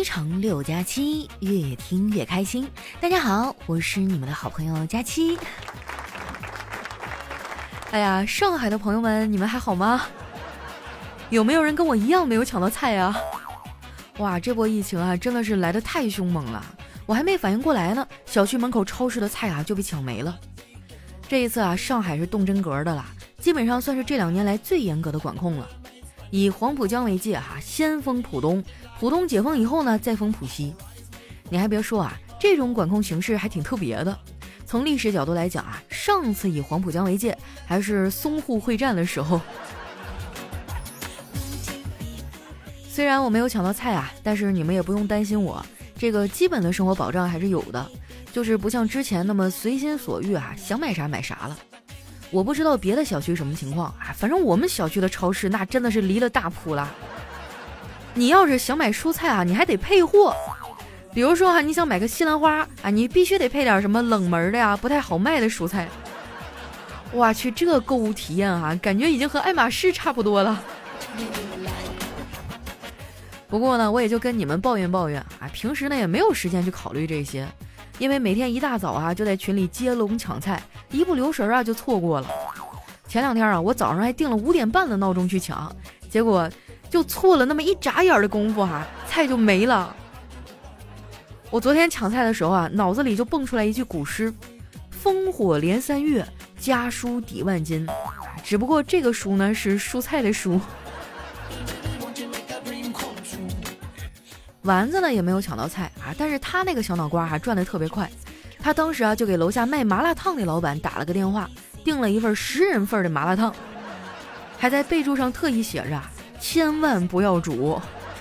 一城6+7，越听越开心。大家好，我是你们的好朋友佳期。哎呀，上海的朋友们，你们还好吗？有没有人跟我一样没有抢到菜啊？哇，这波疫情啊，真的是来得太凶猛了。我还没反应过来呢，小区门口超市的菜啊就被抢没了。这一次啊，上海是动真格的啦，基本上算是这2年来最严格的管控了。以黄浦江为界哈，先封浦东，浦东解封以后呢，再封浦西。你还别说啊，这种管控形式还挺特别的。从历史角度来讲啊，上次以黄浦江为界还是淞沪会战的时候。虽然我没有抢到菜啊，但是你们也不用担心我，这个基本的生活保障还是有的，就是不像之前那么随心所欲啊，想买啥买啥了。我不知道别的小区什么情况啊，反正我们小区的超市那真的是离了大谱了。你要是想买蔬菜啊，你还得配货。比如说你想买个西兰花啊，你必须得配点什么冷门的呀，不太好卖的蔬菜。哇去，这购物体验啊，感觉已经和爱马仕差不多了。不过呢，我也就跟你们抱怨抱怨啊，平时呢也没有时间去考虑这些。因为每天一大早啊就在群里接龙抢菜，一不留神啊就错过了。前2天啊，我早上还定了5点半的闹钟去抢，结果就错了那么一眨眼的功夫菜就没了。我昨天抢菜的时候啊，脑子里就蹦出来一句古诗：烽火连3月，家书抵万金。只不过这个书呢是蔬菜的书。丸子呢也没有抢到菜啊，但是他那个小脑瓜转得特别快。他当时就给楼下卖麻辣烫的老板打了个电话，订了一份10人份的麻辣烫，还在备注上特意写着千万不要煮。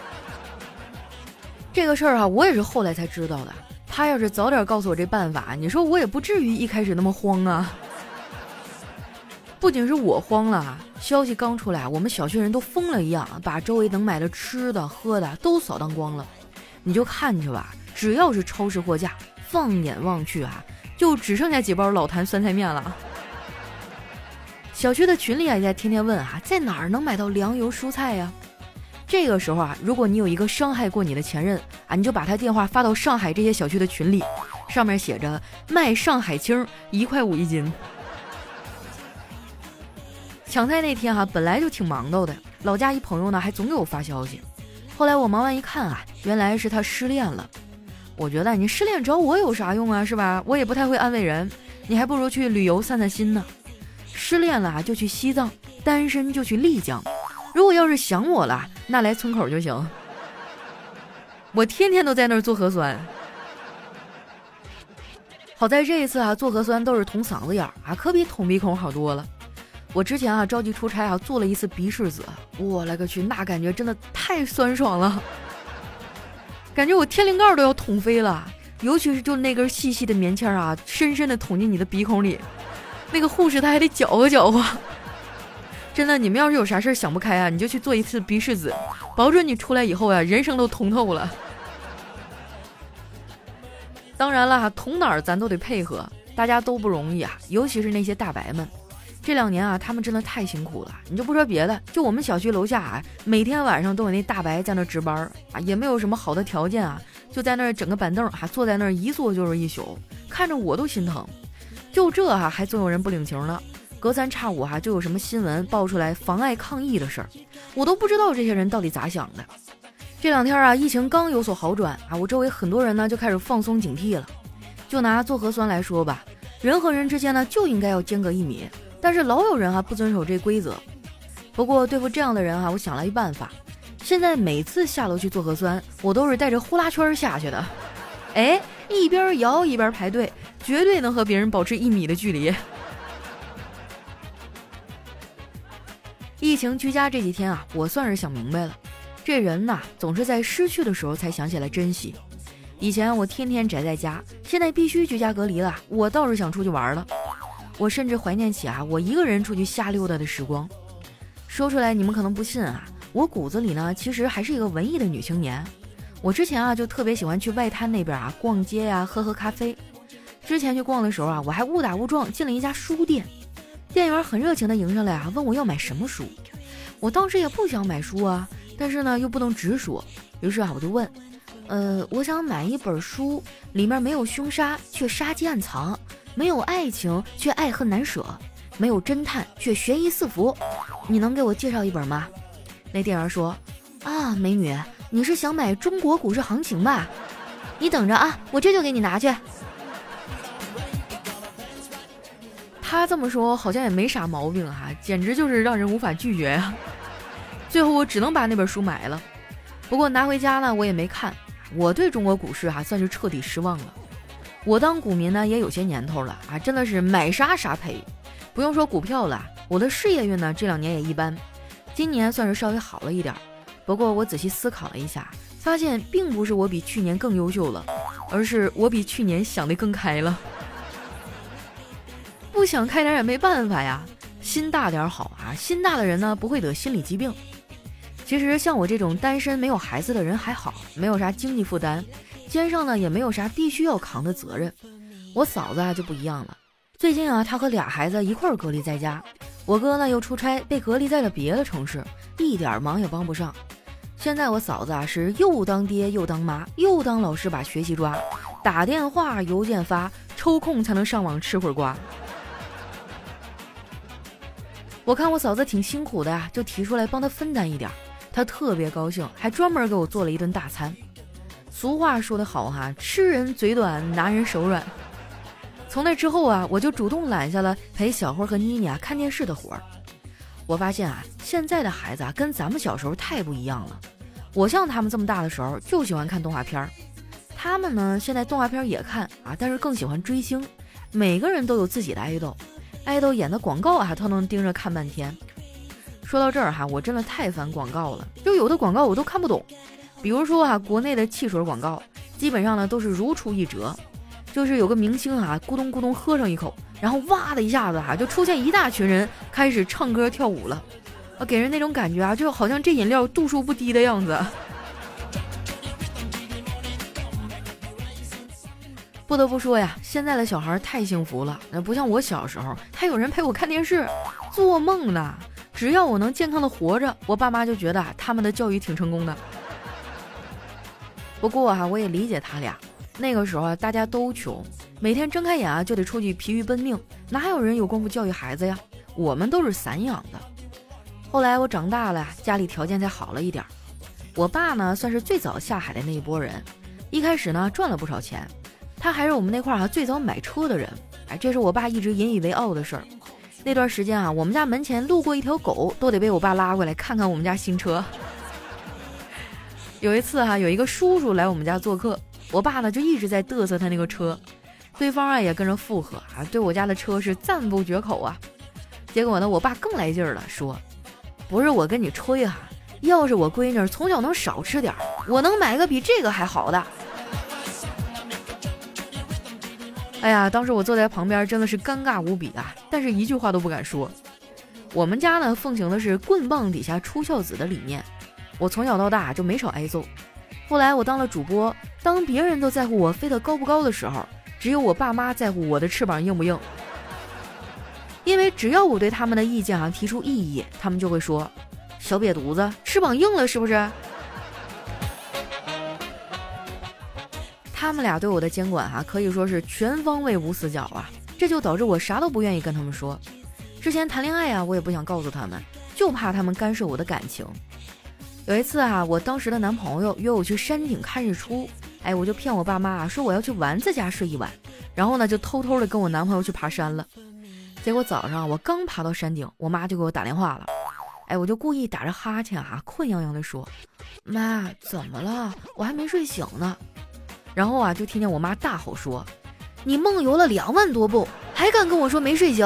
这个事儿我也是后来才知道的。他要是早点告诉我这办法，你说我也不至于一开始那么慌啊。不仅是我慌了，消息刚出来，我们小区人都疯了一样，把周围能买的吃的喝的都扫荡光了。你就看着吧，只要是超市货架，放眼望去就只剩下几包老坛酸菜面了。小区的群里也在天天问在哪儿能买到粮油蔬菜呀？这个时候如果你有一个伤害过你的前任你就把他电话发到上海这些小区的群里，上面写着卖上海青1.5块1斤。抢菜那天本来就挺忙到的，老家一朋友呢还总给我发消息。后来我忙完一看原来是他失恋了。我觉得你失恋找我有啥用啊，是吧？我也不太会安慰人，你还不如去旅游散散心呢。失恋了就去西藏，单身就去丽江。如果要是想我了，那来村口就行。我天天都在那儿做核酸。好在这一次做核酸都是捅嗓子眼可比捅鼻孔好多了。我之前着急出差做了一次鼻拭子，我勒个去，那感觉真的太酸爽了，感觉我天灵盖都要捅飞了。尤其是就那根细细的棉签深深的捅进你的鼻孔里，那个护士他还得搅和搅和。真的，你们要是有啥事想不开你就去做一次鼻拭子，保准你出来以后人生都通透了。当然了，捅哪儿咱都得配合，大家都不容易尤其是那些大白们。这2年他们真的太辛苦了。你就不说别的，就我们小区楼下每天晚上都有那大白在那值班也没有什么好的条件就在那儿整个板凳坐在那儿一坐就是一宿，看着我都心疼。就这还总有人不领情呢，隔3差5就有什么新闻爆出来妨碍抗疫的事儿，我都不知道这些人到底咋想的。这2天疫情刚有所好转我周围很多人呢就开始放松警惕了。就拿做核酸来说吧，人和人之间呢就应该要间隔1米，但是老有人不遵守这规则。不过对付这样的人我想了一办法，现在每次下楼去做核酸，我都是带着呼啦圈下去的。一边摇一边排队，绝对能和别人保持1米的距离。疫情居家这几天我算是想明白了，这人总是在失去的时候才想起来珍惜。以前我天天宅在家，现在必须居家隔离了，我倒是想出去玩了。我甚至怀念起我一个人出去瞎溜达的时光。说出来你们可能不信我骨子里呢其实还是一个文艺的女青年。我之前就特别喜欢去外滩那边逛街喝喝咖啡。之前去逛的时候我还误打误撞进了一家书店，店员很热情地迎上来问我要买什么书。我当时也不想买书但是呢又不能直说，于是我就问我想买一本书，里面没有凶杀却杀机暗藏，没有爱情却爱恨难舍，没有侦探却悬疑四伏，你能给我介绍一本吗？那店员说，啊，美女，你是想买中国股市行情吧？你等着啊，我这就给你拿去。他这么说好像也没啥毛病哈，简直就是让人无法拒绝呀。最后我只能把那本书买了，不过拿回家呢我也没看，我对中国股市算是彻底失望了。我当股民呢也有些年头了啊，真的是买啥啥赔。不用说股票了，我的事业运呢这2年也一般，今年算是稍微好了一点。不过我仔细思考了一下，发现并不是我比去年更优秀了，而是我比去年想得更开了。不想开点也没办法呀，心大点好啊，心大的人呢不会得心理疾病。其实像我这种单身没有孩子的人还好，没有啥经济负担，肩上呢也没有啥必须要扛的责任。我嫂子就不一样了，最近她和2孩子一块儿隔离在家，我哥呢又出差被隔离在了别的城市，一点忙也帮不上。现在我嫂子是又当爹又当妈又当老师把学习抓，打电话邮件发，抽空才能上网吃会儿瓜。我看我嫂子挺辛苦的就提出来帮她分担一点，她特别高兴，还专门给我做了一顿大餐。俗话说得好吃人嘴短，拿人手软。从那之后我就主动揽下了陪小辉和妮妮看电视的活儿。我发现现在的孩子跟咱们小时候太不一样了。我像他们这么大的时候就喜欢看动画片，他们呢现在动画片也看但是更喜欢追星，每个人都有自己的爱豆演的广告他能盯着看半天。说到这儿我真的太烦广告了，就有的广告我都看不懂。比如说国内的汽水广告，基本上呢都是如出一辙，就是有个明星咕咚咕咚喝上一口，然后哇的一下子就出现一大群人开始唱歌跳舞了，给人那种感觉就好像这饮料度数不低的样子。不得不说现在的小孩太幸福了，不像我小时候还有人陪我看电视，做梦呢。只要我能健康的活着，我爸妈就觉得他们的教育挺成功的。不过我也理解他俩，那个时候大家都穷，每天睁开眼就得出去疲于奔命，哪有人有功夫教育孩子呀？我们都是散养的。后来我长大了家里条件才好了一点。我爸呢算是最早下海的那一波人，一开始呢赚了不少钱，他还是我们那块最早买车的人，这是我爸一直引以为傲的事儿。那段时间我们家门前路过一条狗，都得被我爸拉过来看看我们家新车。有一次有一个叔叔来我们家做客，我爸呢就一直在嘚瑟他那个车，对方也跟着附和对我家的车是赞不绝口结果呢我爸更来劲儿了，说不是我跟你吹要是我闺女从小能少吃点，我能买个比这个还好的。哎呀，当时我坐在旁边真的是尴尬无比但是一句话都不敢说。我们家呢奉行的是棍棒底下出孝子的理念，我从小到大就没少挨揍。后来我当了主播，当别人都在乎我飞得高不高的时候，只有我爸妈在乎我的翅膀硬不硬。因为只要我对他们的意见提出异议，他们就会说，小瘪犊子翅膀硬了是不是？他们俩对我的监管可以说是全方位无死角这就导致我啥都不愿意跟他们说。之前谈恋爱我也不想告诉他们，就怕他们干涉我的感情。有一次我当时的男朋友约我去山顶看日出，我就骗我爸妈说我要去丸子家睡一晚，然后呢就偷偷的跟我男朋友去爬山了。结果早上我刚爬到山顶，我妈就给我打电话了，我就故意打着哈欠困洋洋的说，妈怎么了，我还没睡醒呢。然后就听见我妈大吼说，你梦游了2万多步，还敢跟我说没睡醒？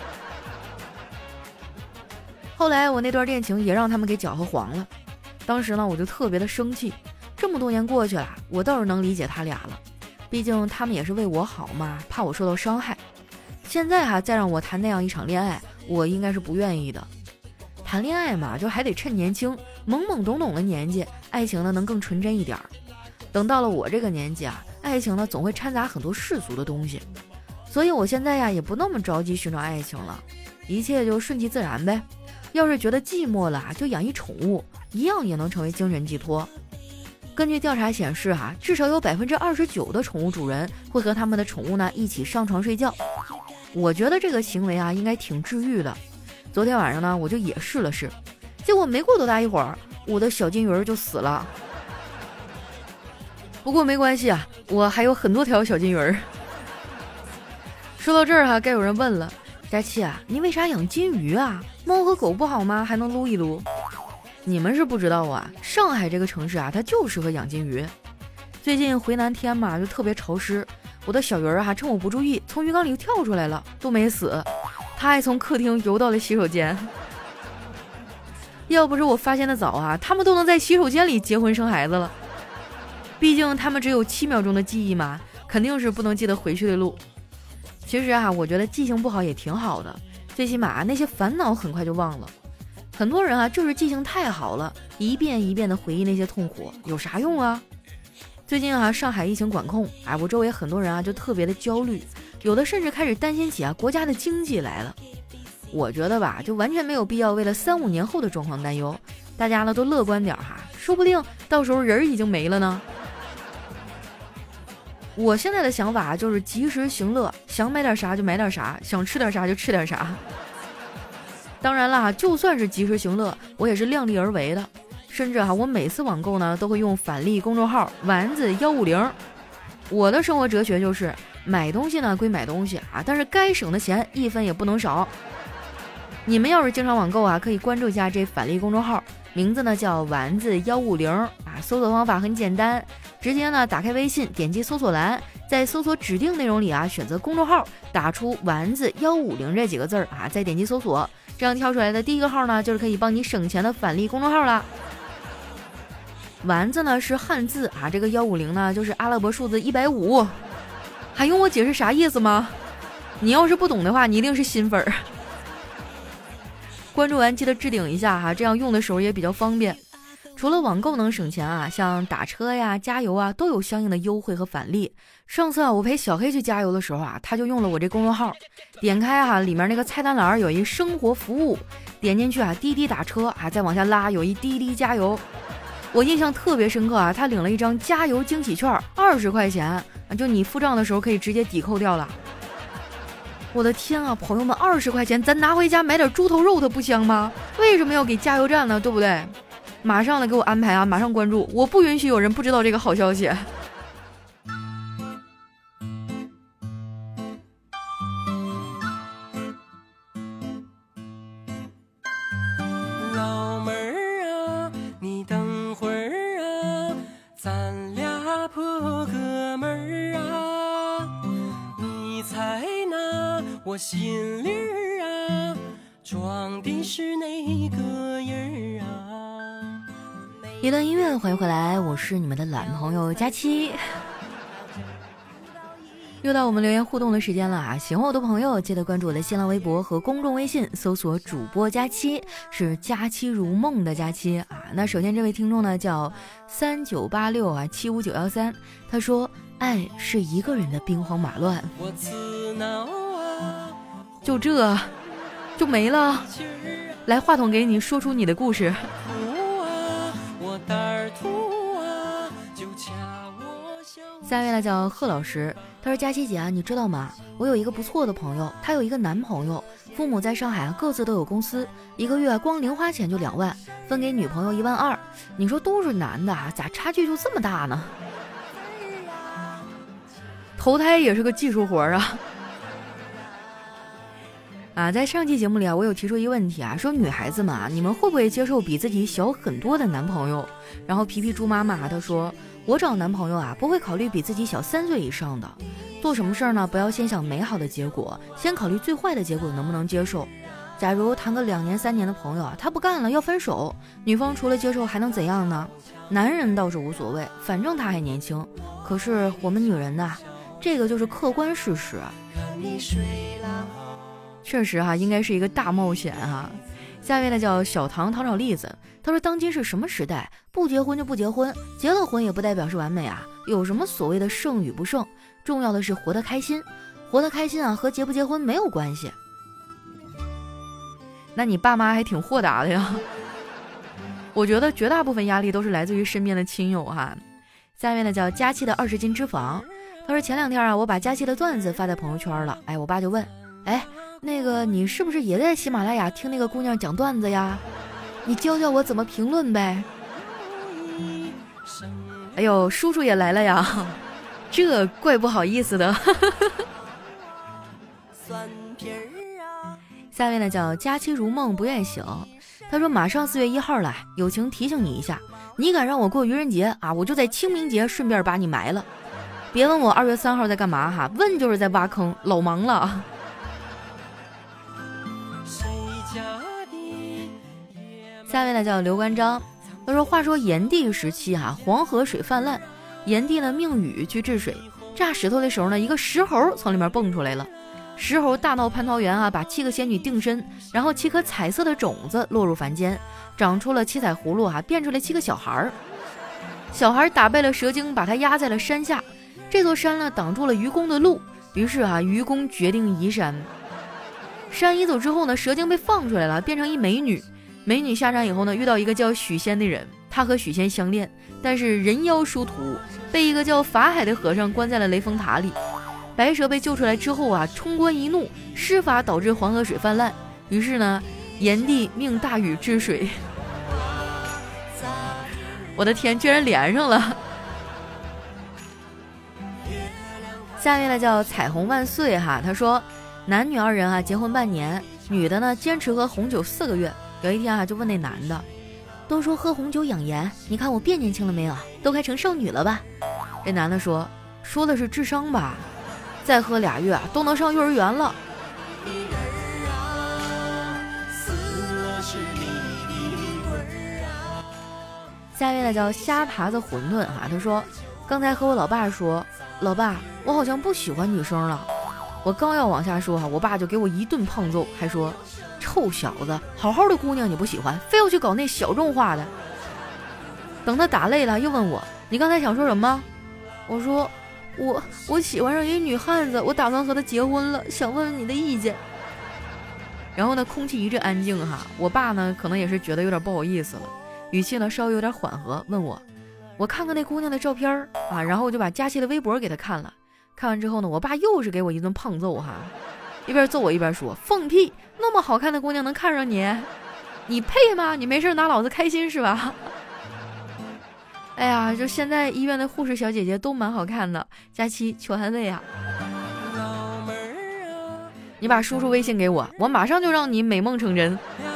后来我那段恋情也让他们给搅和黄了。当时呢我就特别的生气，这么多年过去了，我倒是能理解他俩了，毕竟他们也是为我好嘛，怕我受到伤害。现在再让我谈那样一场恋爱，我应该是不愿意的。谈恋爱嘛，就还得趁年轻懵懵懂懂的年纪，爱情呢能更纯真一点。等到了我这个年纪爱情呢总会掺杂很多世俗的东西，所以我现在也不那么着急寻找爱情了，一切就顺其自然呗。要是觉得寂寞了就养一宠物，一样也能成为精神寄托。 根据调查显示至少有29%的宠物主人会和他们的宠物呢一起上床睡觉。我觉得这个行为应该挺治愈的。昨天晚上呢我就也试了试，结果没过多大一会儿，我的小金鱼就死了。不过没关系我还有很多条小金鱼。说到这儿该有人问了，佳期你为啥养金鱼猫和狗不好吗？还能撸一撸？你们是不知道上海这个城市它就适合养金鱼。最近回南天嘛，就特别潮湿，我的小鱼趁我不注意从鱼缸里跳出来了，都没死，它还从客厅游到了洗手间。要不是我发现的早他们都能在洗手间里结婚生孩子了。毕竟他们只有7秒钟的记忆嘛，肯定是不能记得回去的路。其实我觉得记性不好也挺好的，最起码那些烦恼很快就忘了。很多人就是记性太好了，一遍一遍的回忆那些痛苦，有啥用啊？最近上海疫情管控，我周围很多人就特别的焦虑，有的甚至开始担心起国家的经济来了。我觉得就完全没有必要为了3-5年后的状况担忧，大家呢都乐观点说不定到时候人已经没了呢。我现在的想法就是及时行乐，想买点啥就买点啥，想吃点啥就吃点啥。当然了，就算是及时行乐，我也是量力而为的。甚至我每次网购呢都会用返利公众号丸子150。我的生活哲学就是买东西呢归买东西但是该省的钱1分也不能少。你们要是经常网购可以关注一下这返利公众号，名字呢叫丸子150搜索方法很简单，直接呢打开微信，点击搜索栏，在搜索指定内容里选择公众号，打出丸子150这几个字再点击搜索，这样跳出来的第一个号呢就是可以帮你省钱的返利公众号了。丸子呢是汉字这个150呢就是阿拉伯数字150，还用我解释啥意思吗？你要是不懂的话，你一定是新粉儿。关注完记得置顶一下这样用的时候也比较方便。除了网购能省钱像打车呀、加油都有相应的优惠和返利。上次我陪小黑去加油的时候他就用了我这公众号，点开里面那个菜单栏有一生活服务，点进去滴滴打车再往下拉有一滴滴加油。我印象特别深刻他领了一张加油惊喜券，20块钱就你付账的时候可以直接抵扣掉了。我的天朋友们，20块钱咱拿回家买点猪头肉它不香吗？为什么要给加油站呢？对不对？马上来给我安排马上关注，我不允许有人不知道这个好消息。 老妹儿你等会儿咱俩破哥们儿你猜那我心里装的是哪个人一段音乐，欢迎回来，我是你们的懒朋友佳期。又到我们留言互动的时间了喜欢我的朋友记得关注我的新浪微博和公众微信，搜索主播佳期，是佳期如梦的佳期那首先这位听众呢叫3986759113，他说爱是一个人的兵荒马乱，就没了。来，话筒给你，说出你的故事。下一位呢叫贺老师，他说佳琪姐你知道吗？我有一个不错的朋友，他有一个男朋友，父母在上海各自都有公司，一个月光零花钱就2万，分给女朋友12000。你说都是男的咋差距就这么大呢？投胎也是个技术活在上期节目里我有提出一个问题说女孩子们你们会不会接受比自己小很多的男朋友？然后皮皮猪妈妈她说我找男朋友不会考虑比自己小3岁以上的，做什么事儿呢不要先想美好的结果，先考虑最坏的结果能不能接受。假如谈个2年3年的朋友他不干了要分手，女方除了接受还能怎样呢？男人倒是无所谓，反正他还年轻，可是我们女人这个就是客观事实确实应该是一个大冒险下一位呢叫小糖糖炒栗子，他说当今是什么时代，不结婚就不结婚，结了婚也不代表是完美有什么所谓的胜与不胜，重要的是活得开心，活得开心和结不结婚没有关系。那你爸妈还挺豁达的呀。 我觉得绝大部分压力都是来自于身边的亲友哈。下面呢叫佳期的20斤脂肪，他说前2天啊，我把佳期的段子发在朋友圈了，我爸就问，那个你是不是也在喜马拉雅听那个姑娘讲段子呀？你教教我怎么评论呗。哎呦，叔叔也来了呀，这怪不好意思的。下面呢叫佳期如梦不愿醒，他说马上4月1号了，友情提醒你一下，你敢让我过愚人节啊，我就在清明节顺便把你埋了。别问我2月3号在干嘛哈，问就是在挖坑，老忙了。下面呢叫刘关张，他说话说炎帝时期黄河水泛滥，炎帝呢命禹去治水，炸石头的时候呢，一个石猴从里面蹦出来了。石猴大闹蟠桃园把7个仙女定身，然后7颗彩色的种子落入凡间，长出了7彩葫芦变出来7个小孩。小孩打败了蛇精，把他压在了山下，这座山呢挡住了愚公的路，于是愚公决定移山。山移走之后呢，蛇精被放出来了，变成一美女。美女下山以后呢，遇到一个叫许仙的人，他和许仙相恋，但是人妖殊途，被一个叫法海的和尚关在了雷峰塔里。白蛇被救出来之后冲冠一怒，施法导致黄河水泛滥，于是呢，炎帝命大禹治水。我的天，居然连上了。下面呢叫彩虹万岁他说男女2人结婚半年，女的呢坚持喝红酒4个月。有一天就问那男的，都说喝红酒养颜，你看我变年轻了没有？都快成少女了吧？这男的说的是智商吧，再喝2月都能上幼儿园了。下面呢叫虾爬子馄饨他说刚才和我老爸说，老爸，我好像不喜欢女生了。我刚要往下说我爸就给我一顿胖揍，还说臭小子，好好的姑娘你不喜欢，非要去搞那小众化的。等他打累了又问我，你刚才想说什么？我说我喜欢上一女汉子，我打算和她结婚了，想问问你的意见。然后呢空气一阵安静我爸呢可能也是觉得有点不好意思了，语气呢稍微有点缓和，问我看看那姑娘的照片然后我就把佳期的微博给她看了。看完之后呢，我爸又是给我一顿胖揍一边揍我一边说，放屁，那么好看的姑娘能看上你？你配吗？你没事拿老子开心是吧？哎呀，就现在医院的护士小姐姐都蛮好看的，佳期求安慰你把叔叔微信给我，我马上就让你美梦成真。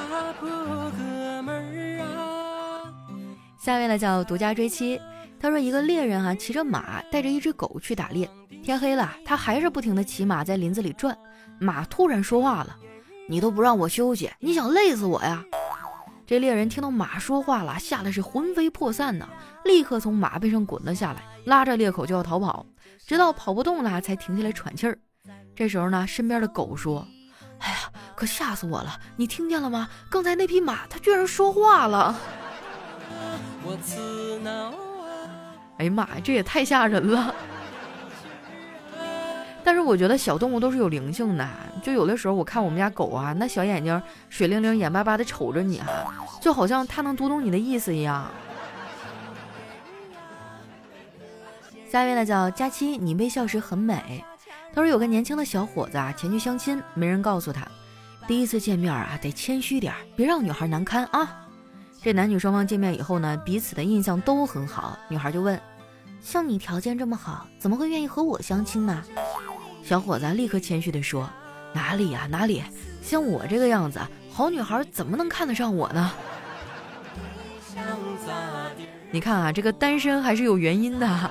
下面呢叫独家追妻，他说一个猎人骑着马带着一只狗去打猎，天黑了他还是不停地骑马在林子里转，马突然说话了，你都不让我休息，你想累死我呀？这猎人听到马说话了，吓得是魂飞魄散呢，立刻从马背上滚了下来，拉着猎口就要逃跑，直到跑不动了才停下来喘气儿。这时候呢，身边的狗说，哎呀，可吓死我了，你听见了吗？刚才那匹马它居然说话了。哎呀妈呀，这也太吓人了。但是我觉得小动物都是有灵性的，就有的时候我看我们家狗那小眼睛水灵灵眼巴巴的瞅着你就好像它能读懂你的意思一样。下一位呢叫佳期，你微笑时很美。他说有个年轻的小伙子前去相亲，没人告诉他，第一次见面得谦虚点，别让女孩难堪啊。这男女双方见面以后呢，彼此的印象都很好，女孩就问，像你条件这么好，怎么会愿意和我相亲呢？小伙子立刻谦虚地说，哪里呀哪里，像我这个样子，好女孩怎么能看得上我呢？你看这个单身还是有原因的。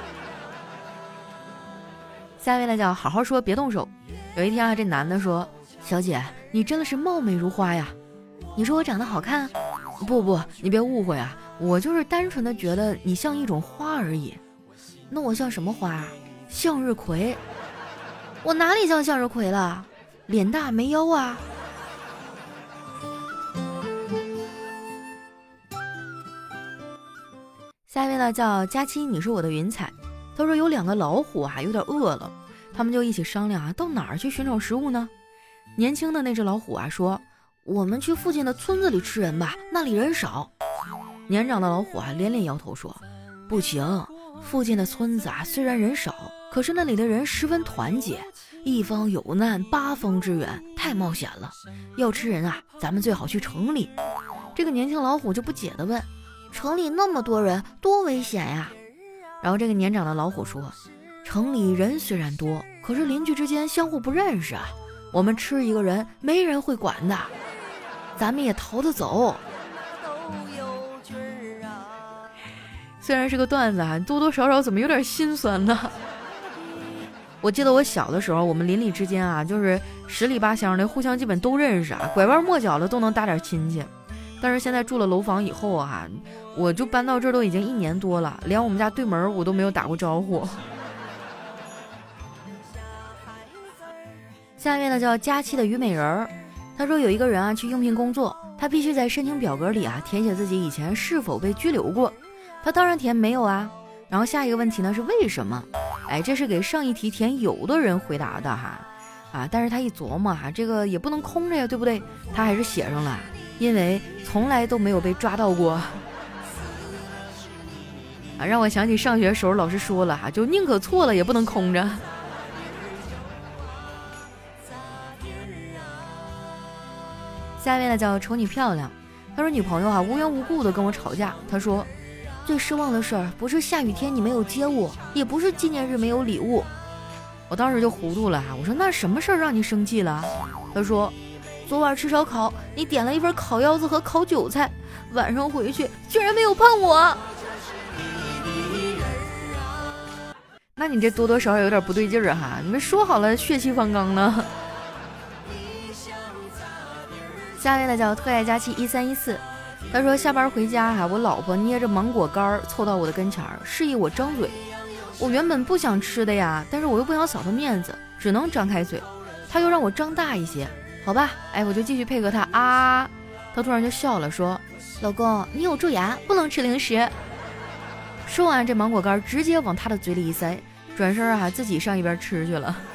下面呢叫好好说别动手。有一天这男的说，小姐，你真的是貌美如花呀。你说我长得好看？不，你别误会我就是单纯的觉得你像一种花而已。那我像什么花？向日葵。我哪里像向日葵了？脸大没腰下一位呢叫佳期，你是我的云彩。他说有2个老虎有点饿了，他们就一起商量到哪儿去寻找食物呢？年轻的那只老虎说，我们去附近的村子里吃人吧，那里人少。 年长的老虎啊连连摇头说，不行，附近的村子啊虽然人少，可是那里的人十分团结，一方有难八方支援，太冒险了，要吃人啊咱们最好去城里。这个年轻老虎就不解地问，城里那么多人多危险呀？然后这个年长的老虎说，城里人虽然多，可是邻居之间相互不认识啊，我们吃一个人没人会管的，咱们也逃得走。虽然是个段子啊，多多少少怎么有点心酸呢？我记得我小的时候，我们邻里之间啊，就是十里八乡的，互相基本都认识啊，拐弯抹角的都能搭点亲戚。但是现在住了楼房以后啊，我就搬到这儿都已经1年多了，连我们家对门我都没有打过招呼。下面呢叫佳期的虞美人儿，他说有一个人啊去应聘工作，他必须在申请表格里啊填写自己以前是否被拘留过，他当然填没有啊。然后下一个问题呢是为什么？哎，这是给上一题填有的人回答的哈，但是他一琢磨哈，这个也不能空着呀，对不对？他还是写上了，因为从来都没有被抓到过。让我想起上学时候老师说了哈，就宁可错了也不能空着。下面呢叫瞅你漂亮，他说女朋友无缘无故的跟我吵架，他说最失望的事儿不是下雨天你没有接我，也不是纪念日没有礼物。我当时就糊涂了我说那什么事儿让你生气了？他说昨晚吃烧烤，你点了一份烤腰子和烤韭菜，晚上回去居然没有碰我。那你这多多少少有点不对劲儿哈，你们说好了血气方刚呢。下面呢叫特爱佳期1314，他说下班回家我老婆捏着芒果干凑到我的跟前示意我张嘴，我原本不想吃的呀，但是我又不想扫他面子，只能张开嘴，他又让我张大一些，好吧，我就继续配合他啊。他突然就笑了，说老公你有蛀牙，不能吃零食。说完这芒果干直接往他的嘴里一塞，转身自己上一边吃去了。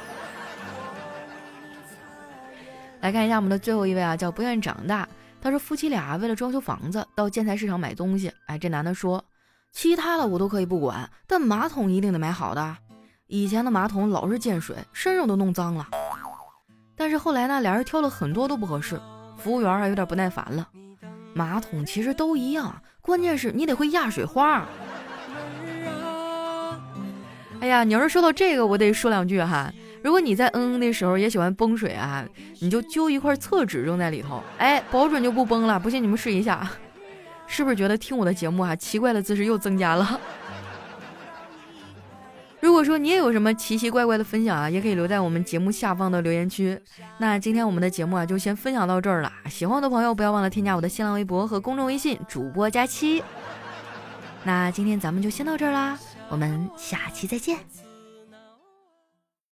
来看一下我们的最后一位叫不愿长大，他说夫妻俩为了装修房子到建材市场买东西，这男的说其他的我都可以不管，但马桶一定得买好的，以前的马桶老是见水，身上都弄脏了。但是后来呢，俩人挑了很多都不合适，服务员有点不耐烦了，马桶其实都一样，关键是你得会压水花。哎呀，你要是说到这个我得说两句哈，如果你在的时候也喜欢崩水你就揪一块厕纸扔在里头，保准就不崩了，不信你们试一下。是不是觉得听我的节目奇怪的姿势又增加了？如果说你也有什么奇奇怪怪的分享也可以留在我们节目下方的留言区。那今天我们的节目就先分享到这儿了，喜欢我的朋友不要忘了添加我的新浪微博和公众微信主播佳期。那今天咱们就先到这儿啦，我们下期再见。